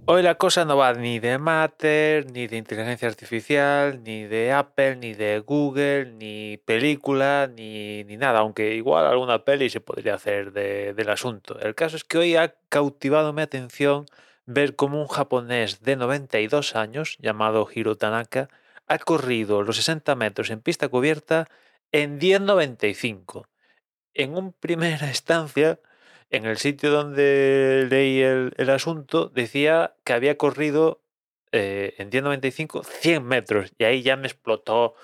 Hoy la cosa no va ni de Matter, ni de inteligencia artificial, ni de Apple, ni de Google, ni película, ni nada, aunque igual alguna peli se podría hacer del asunto. El caso es que hoy ha cautivado mi atención ver cómo un japonés de 92 años, llamado Hiro Tanaka, ha corrido los 60 metros en pista cubierta en 10,95. En un primera instancia, en el sitio donde leí el asunto, decía que había corrido en 10,95 100 metros. Y ahí ya me explotó.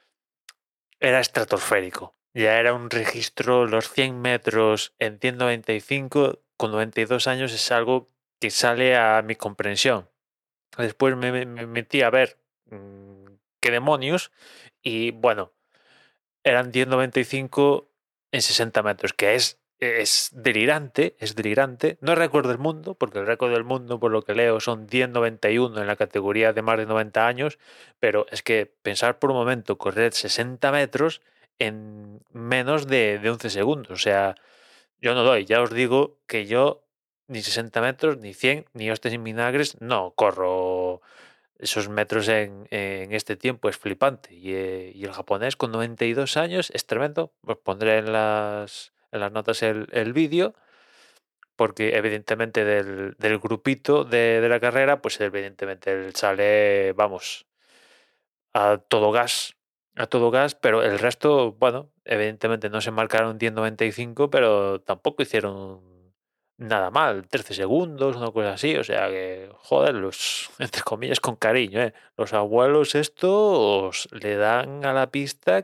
Era estratosférico. Ya era un registro, los 100 metros en 10,95 con 92 años es algo que sale a mi comprensión. Después me metí a ver qué demonios y bueno, eran 10,95 en 60 metros, que es delirante, es delirante. No es récord del mundo, porque el récord del mundo, por lo que leo, son 10,91 en la categoría de más de 90 años, pero es que pensar por un momento correr 60 metros en menos de 11 segundos, o sea, yo no doy, ya os digo que yo ni 60 metros, ni 100, ni hostias sin vinagres, no corro esos metros en este tiempo, es flipante. Y el japonés con 92 años es tremendo. Os pondré en las notas el vídeo, porque evidentemente del grupito de la carrera, pues evidentemente él sale, vamos, a todo gas. A todo gas, pero el resto, bueno, evidentemente no se marcaron 10,95, pero tampoco hicieron nada mal, 13 segundos, una cosa así, o sea que, joder, los, entre comillas, con cariño, los abuelos estos le dan a la pista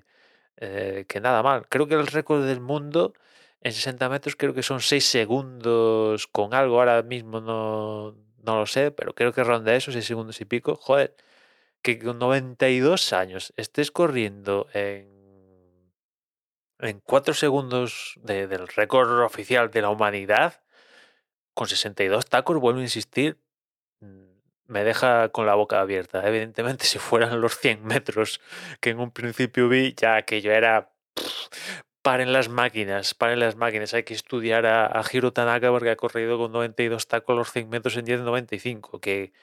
que nada mal. Creo que el récord del mundo en 60 metros creo que son 6 segundos con algo, ahora mismo no lo sé, pero creo que ronda eso, 6 segundos y pico, joder, que con 92 años estés corriendo en 4 segundos del récord oficial de la humanidad, con 62 tacos, vuelvo a insistir, mm, me deja con la boca abierta. Evidentemente, si fueran los 100 metros que en un principio vi, ya aquello era... paren las máquinas, hay que estudiar a Hiro Tanaka porque ha corrido con 92 tacos los 100 metros en 10,95,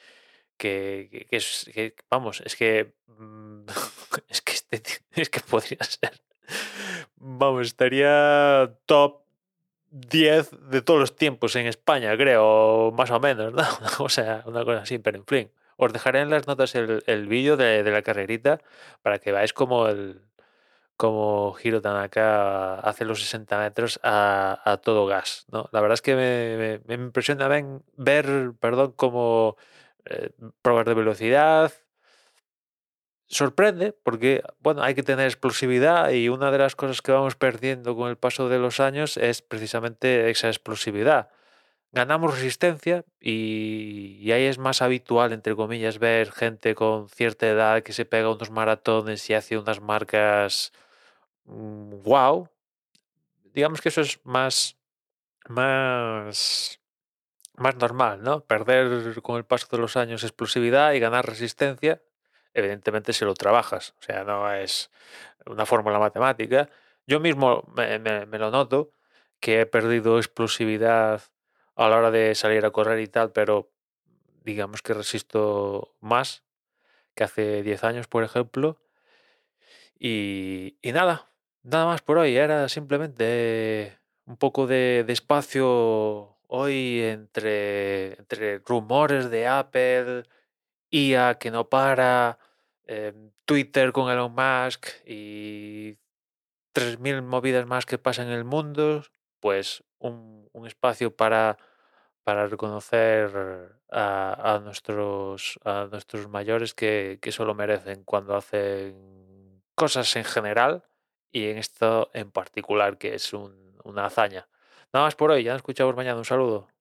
vamos, es que es que es que podría ser, vamos, estaría top 10 de todos los tiempos en España, creo, más o menos, ¿no? O sea, una cosa así, pero en fin. Os dejaré en las notas el vídeo de la carrerita para que veáis cómo Hiro Tanaka hace los 60 metros a todo gas, ¿no? La verdad es que me impresiona ver, perdón, cómo eh, pruebas de velocidad, sorprende porque, bueno, hay que tener explosividad y una de las cosas que vamos perdiendo con el paso de los años es precisamente esa explosividad. Ganamos resistencia y ahí es más habitual, entre comillas, ver gente con cierta edad que se pega unos maratones y hace unas marcas wow. Digamos que eso es más, más normal, ¿no? Perder con el paso de los años explosividad y ganar resistencia, evidentemente si lo trabajas, o sea, no es una fórmula matemática. Yo mismo me lo noto, que he perdido explosividad a la hora de salir a correr y tal, pero digamos que resisto más que hace 10 años, por ejemplo. Y nada más por hoy. Era simplemente un poco de espacio hoy entre rumores de Apple, IA que no para, Twitter con Elon Musk y 3.000 movidas más que pasan en el mundo, pues un espacio para reconocer a nuestros mayores que eso lo merecen cuando hacen cosas en general y en esto en particular, que es una hazaña. Nada más por hoy, ya nos escuchamos mañana. Un saludo.